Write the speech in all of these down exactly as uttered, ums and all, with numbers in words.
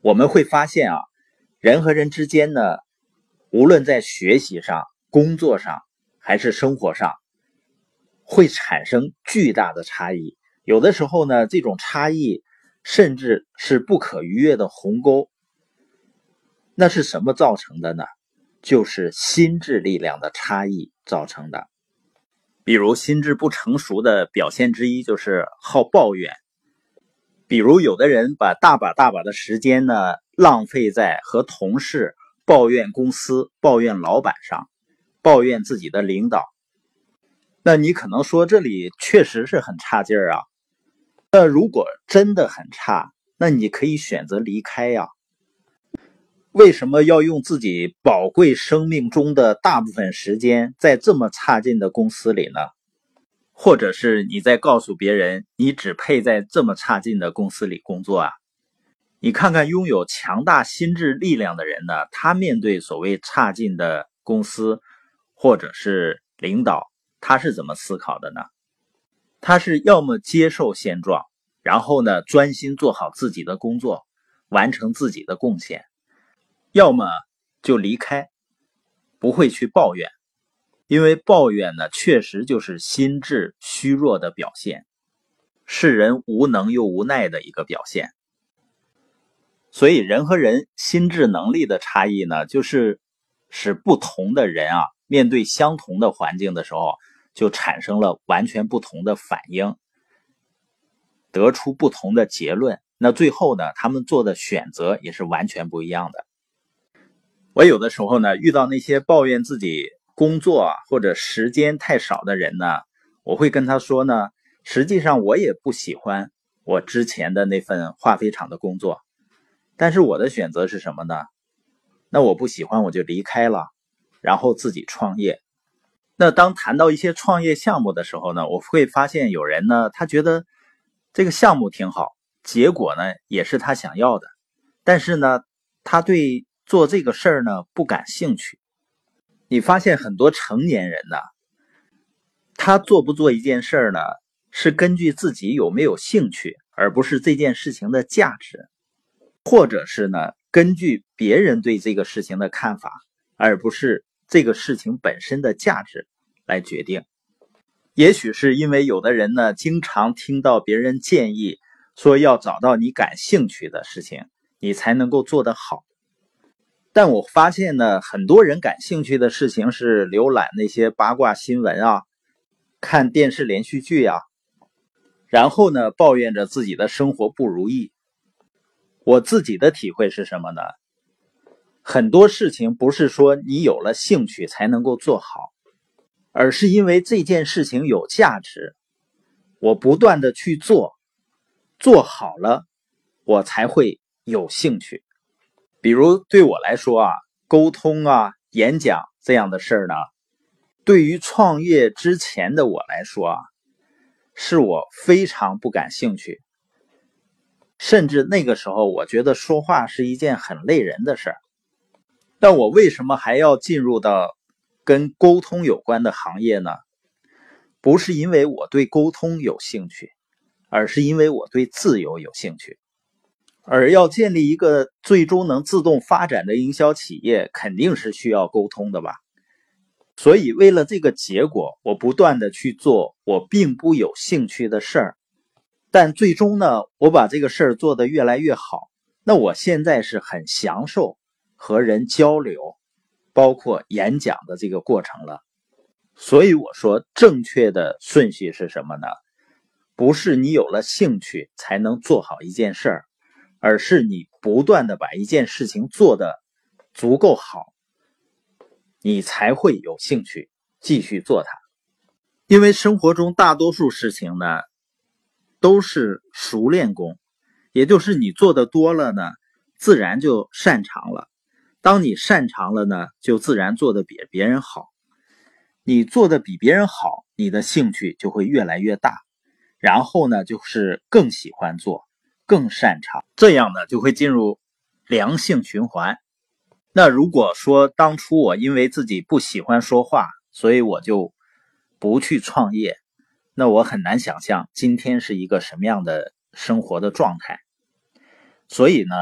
我们会发现啊，人和人之间呢，无论在学习上、工作上还是生活上，会产生巨大的差异。有的时候呢，这种差异甚至是不可逾越的鸿沟。那是什么造成的呢？就是心智力量的差异造成的。比如心智不成熟的表现之一就是好抱怨。比如有的人把大把大把的时间呢浪费在和同事抱怨公司、抱怨老板上，抱怨自己的领导。那你可能说这里确实是很差劲儿啊。那如果真的很差，那你可以选择离开呀。为什么要用自己宝贵生命中的大部分时间在这么差劲的公司里呢？或者是你在告诉别人你只配在这么差劲的公司里工作啊？你看看拥有强大心智力量的人呢，他面对所谓差劲的公司或者是领导，他是怎么思考的呢？他是要么接受现状，然后呢专心做好自己的工作，完成自己的贡献，要么就离开，不会去抱怨。因为抱怨呢，确实就是心智虚弱的表现，是人无能又无奈的一个表现。所以人和人心智能力的差异呢，就是使不同的人啊，面对相同的环境的时候，就产生了完全不同的反应，得出不同的结论。那最后呢，他们做的选择也是完全不一样的。我有的时候呢，遇到那些抱怨自己工作或者时间太少的人呢，我会跟他说呢，实际上我也不喜欢我之前的那份化肥厂的工作，但是我的选择是什么呢？那我不喜欢我就离开了，然后自己创业。那当谈到一些创业项目的时候呢，我会发现有人呢，他觉得这个项目挺好，结果呢也是他想要的，但是呢，他对做这个事儿呢不感兴趣。你发现很多成年人呢，他做不做一件事儿呢，是根据自己有没有兴趣，而不是这件事情的价值，或者是呢，根据别人对这个事情的看法，而不是这个事情本身的价值来决定。也许是因为有的人呢，经常听到别人建议说要找到你感兴趣的事情，你才能够做得好。但我发现呢，很多人感兴趣的事情是浏览那些八卦新闻啊，看电视连续剧啊，然后呢，抱怨着自己的生活不如意。我自己的体会是什么呢？很多事情不是说你有了兴趣才能够做好，而是因为这件事情有价值，我不断的去做，做好了，我才会有兴趣。比如对我来说啊，沟通啊、演讲这样的事儿呢，对于创业之前的我来说啊，是我非常不感兴趣。甚至那个时候我觉得说话是一件很累人的事儿。但我为什么还要进入到跟沟通有关的行业呢？不是因为我对沟通有兴趣，而是因为我对自由有兴趣。而要建立一个最终能自动发展的营销企业，肯定是需要沟通的吧。所以为了这个结果，我不断的去做我并不有兴趣的事儿，但最终呢，我把这个事儿做得越来越好。那我现在是很享受和人交流，包括演讲的这个过程了。所以我说正确的顺序是什么呢？不是你有了兴趣才能做好一件事儿，而是你不断的把一件事情做得足够好，你才会有兴趣继续做它。因为生活中大多数事情呢，都是熟练工，也就是你做的多了呢，自然就擅长了。当你擅长了呢，就自然做得比别人好。你做得比别人好，你的兴趣就会越来越大，然后呢，就是更喜欢做，更擅长，这样呢，就会进入良性循环。那如果说当初我因为自己不喜欢说话，所以我就不去创业，那我很难想象今天是一个什么样的生活的状态。所以呢，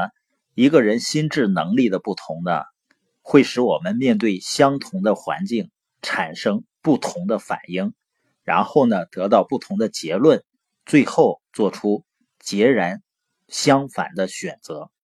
一个人心智能力的不同呢，会使我们面对相同的环境产生不同的反应，然后呢，得到不同的结论，最后做出截然相反的选择。